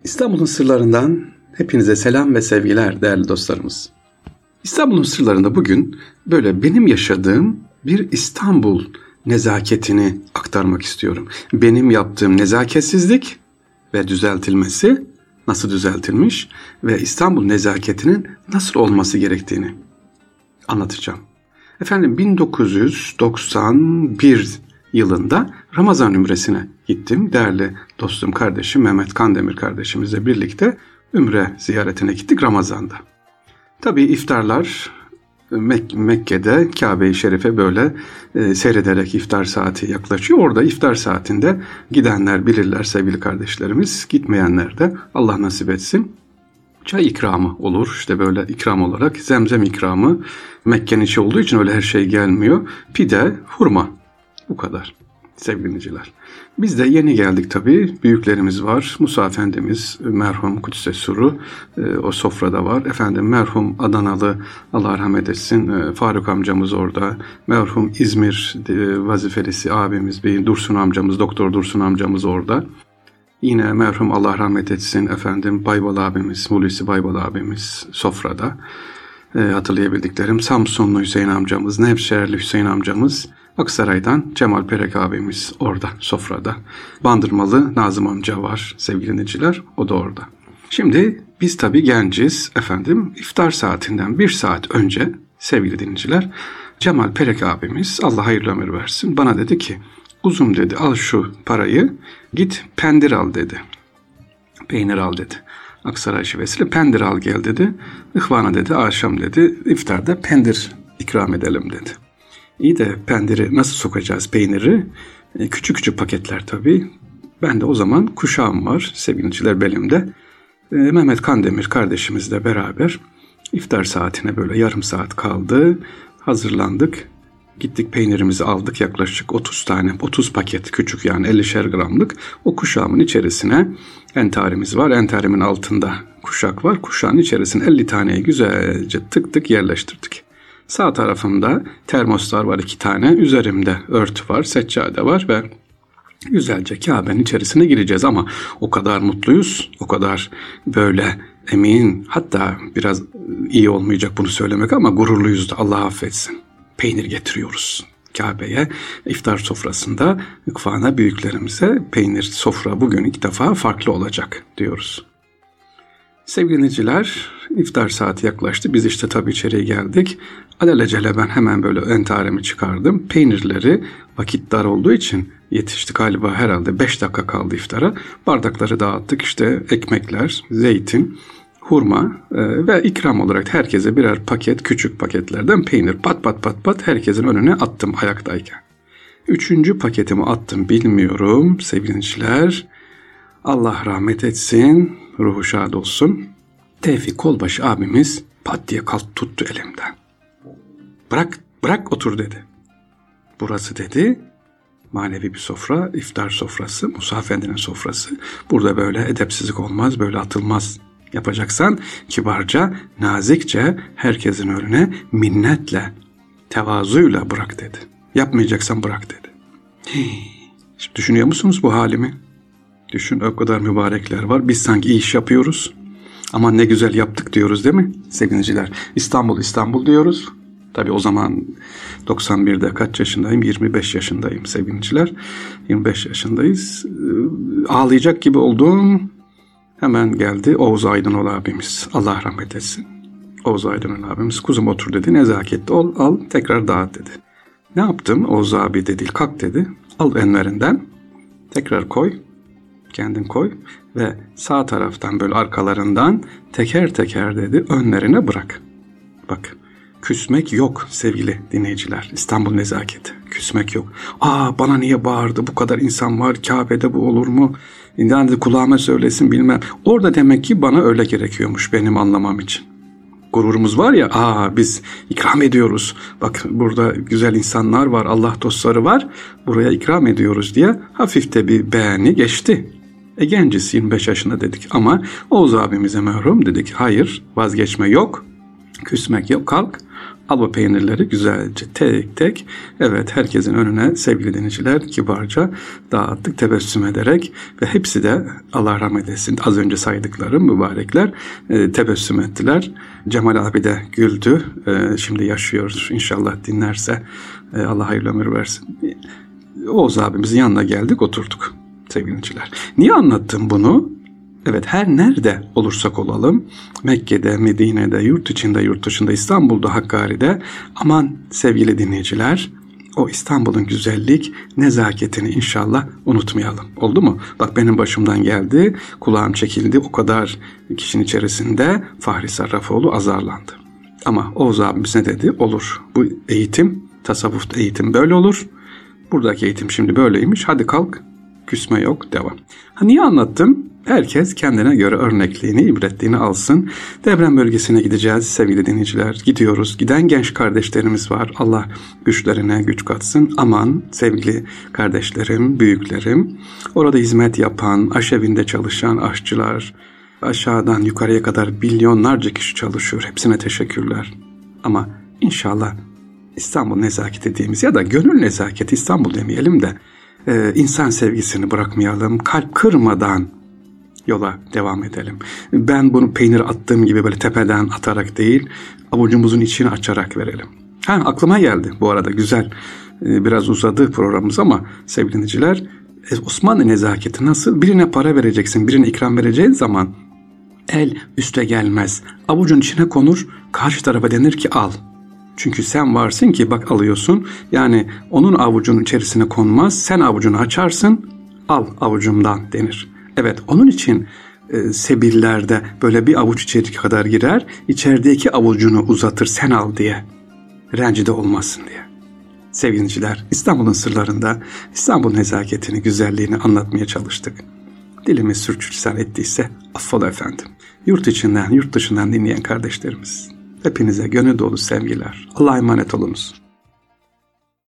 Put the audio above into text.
İstanbul'un sırlarından hepinize selam ve sevgiler değerli dostlarımız. İstanbul'un sırlarında bugün böyle benim yaşadığım bir İstanbul nezaketini aktarmak istiyorum. Benim yaptığım nezaketsizlik ve düzeltilmesi nasıl düzeltilmiş ve İstanbul nezaketinin nasıl olması gerektiğini anlatacağım. Efendim 1991 yılında Ramazan Ümresi'ne gittim. Değerli dostum, kardeşim Mehmet Kandemir kardeşimizle birlikte Ümre ziyaretine gittik Ramazan'da. Tabii iftarlar Mekke'de Kabe-i Şerif'e böyle seyrederek iftar saati yaklaşıyor. Orada iftar saatinde gidenler bilirler sevgili kardeşlerimiz. Gitmeyenler de Allah nasip etsin. Çay ikramı olur. İşte böyle ikram olarak zemzem ikramı. Mekke'nin içi olduğu için öyle her şey gelmiyor. Pide, hurma. Bu kadar sevgili dinleyiciler. Biz de yeni geldik tabii. Büyüklerimiz var. Musa Efendimiz, merhum Kudüs'e Suru o sofrada var. Efendim merhum Adanalı, Allah rahmet etsin, Faruk amcamız orada. Merhum İzmir vazifelisi abimiz, bir Dursun amcamız, Doktor Dursun amcamız orada. Yine merhum Allah rahmet etsin efendim Baybal abimiz, Hulusi Baybal abimiz sofrada. Hatırlayabildiklerim Samsunlu Hüseyin amcamız, Nevşehirli Hüseyin amcamız, Aksaray'dan Cemal Perek abimiz orada sofrada. Bandırmalı Nazım amca var sevgili dinleyiciler, o da orada. Şimdi biz tabii genciz efendim, iftar saatinden bir saat önce sevgili dinleyiciler Cemal Perek abimiz Allah hayırlı ömür versin bana dedi ki uzun dedi al şu parayı git pendir al dedi. Peynir al dedi. Aksaray şivesiyle pendir al gel dedi. İhvana dedi akşam dedi iftarda pendir ikram edelim dedi. İyi de pendiri nasıl sokacağız peyniri? Küçük küçük paketler tabii. Ben de o zaman kuşağım var sevgiliciler belimde. Mehmet Kandemir kardeşimizle beraber iftar saatine böyle yarım saat kaldı. Hazırlandık. Gittik peynirimizi aldık yaklaşık 30 paket küçük yani 50'şer gramlık o kuşağımın içerisine entarimiz var. Entarimin altında kuşak var. Kuşağın içerisine 50 taneyi güzelce tık tık yerleştirdik. Sağ tarafımda termoslar var 2 tane. Üzerimde örtü var, seccade var ve güzelce Kabe'nin içerisine gireceğiz ama o kadar mutluyuz, o kadar böyle emin, hatta biraz iyi olmayacak bunu söylemek ama gururluyuz da Allah affetsin. Peynir getiriyoruz Kabe'ye, iftar sofrasında ikfana büyüklerimize peynir sofra bugün ilk defa farklı olacak diyoruz. Sevgili dinleyiciler, iftar saati yaklaştı. Biz işte tabii içeriye geldik. Alelacele ben hemen böyle entaremi çıkardım. Peynirleri vakit dar olduğu için yetişti galiba herhalde 5 dakika kaldı iftara. Bardakları dağıttık işte ekmekler, zeytin, hurma ve ikram olarak herkese birer paket küçük paketlerden peynir pat pat herkesin önüne attım ayaktayken. 3. paketimi attım bilmiyorum sevgili dinleyiciler. Allah rahmet etsin, ruhu şad olsun. Tevfik Kolbaşı abimiz pat diye kalk tuttu elimden. Bırak otur dedi. Burası dedi manevi bir sofra, iftar sofrası, Musa Efendi'nin sofrası. Burada böyle edepsizlik olmaz, böyle atılmaz. Yapacaksan kibarca, nazikçe herkesin önüne minnetle, tevazuyla bırak dedi. Yapmayacaksan bırak dedi. Şimdi düşünüyor musunuz bu halimi? Düşün, o kadar mübarekler var. Biz sanki iyi iş yapıyoruz. Ama ne güzel yaptık diyoruz değil mi sevgiliciler? İstanbul diyoruz. Tabii o zaman 91'de kaç yaşındayım? 25 yaşındayım sevgiliciler. 25 yaşındayız. Ağlayacak gibi oldum. Hemen geldi Oğuz Aydınoğlu abimiz. Allah rahmet etsin. Oğuz Aydınoğlu abimiz kuzum otur dedi. Nezaketli ol, al tekrar dağıt dedi. Ne yaptım? Oğuz abi dedi kalk dedi. Al enverinden tekrar koy. Kendin koy ve sağ taraftan böyle arkalarından teker teker dedi önlerine bırak. Bak küsmek yok sevgili dinleyiciler. İstanbul nezaketi. Küsmek yok. Bana niye bağırdı? Bu kadar insan var. Kabe'de bu olur mu? Yani kulağıma söylesin bilmem. Orada demek ki bana öyle gerekiyormuş benim anlamam için. Gururumuz var ya, biz ikram ediyoruz. Bak burada güzel insanlar var, Allah dostları var. Buraya ikram ediyoruz diye hafifte bir beğeni geçti. Genciz 25 yaşında dedik ama Oğuz abimize merhum dedik. Hayır, vazgeçme yok. Küsmek yok, kalk Al bu peynirleri güzelce tek tek, evet, herkesin önüne sevgili dinleyiciler kibarca dağıttık tebessüm ederek ve hepsi de Allah rahmet eylesin az önce saydıklarım mübarekler tebessüm ettiler. Cemal abi de güldü. Şimdi yaşıyor inşallah, dinlerse Allah hayırlı ömür versin. Oğuz abimizin yanına geldik, oturduk sevgili dinleyiciler. Niye anlattım bunu? Evet, her nerede olursak olalım, Mekke'de, Medine'de, yurt içinde, yurt dışında, İstanbul'da, Hakkari'de, aman sevgili dinleyiciler, o İstanbul'un güzellik, nezaketini inşallah unutmayalım. Oldu mu? Bak benim başımdan geldi, kulağım çekildi, o kadar kişinin içerisinde Fahri Sarrafoğlu azarlandı. Ama Oğuz abimiz ne dedi? Olur. Bu eğitim, tasavvuf eğitim böyle olur. Buradaki eğitim şimdi böyleymiş. Hadi kalk, küsme yok, devam. Niye anlattım? Herkes kendine göre örnekliğini, ibretliğini alsın. Deprem bölgesine gideceğiz sevgili dinleyiciler. Gidiyoruz. Giden genç kardeşlerimiz var. Allah güçlerine güç katsın. Aman sevgili kardeşlerim, büyüklerim. Orada hizmet yapan, aşevinde çalışan aşçılar, aşağıdan yukarıya kadar milyonlarca kişi çalışıyor. Hepsine teşekkürler. Ama inşallah İstanbul nezaketi dediğimiz, ya da gönül nezaketi, İstanbul demeyelim de insan sevgisini bırakmayalım. Kalp kırmadan yola devam edelim. Ben bunu peynir attığım gibi böyle tepeden atarak değil, avucumuzun içini açarak verelim. Aklıma geldi bu arada, güzel. Biraz uzadı programımız ama sevgili dinleyiciler, Osmanlı nezaketi nasıl? Birine para vereceksin, birine ikram vereceğin zaman el üste gelmez. Avucun içine konur, karşı tarafa denir ki al. Çünkü sen varsın ki bak alıyorsun. Yani onun avucunun içerisine konmaz. Sen avucunu açarsın, al avucumdan denir. Evet, onun için sebillerde böyle bir avuç içeri kadar girer. İçerideki avucunu uzatır sen al diye. Rencide olmasın diye. Sevgili dinleyiciler, İstanbul'un sırlarında İstanbul nezaketini, güzelliğini anlatmaya çalıştık. Dilimiz sürçülisan ettiyse affola efendim. Yurt içinden, yurt dışından dinleyen kardeşlerimiz, hepinize gönül dolu sevgiler. Allah'a emanet olunuz.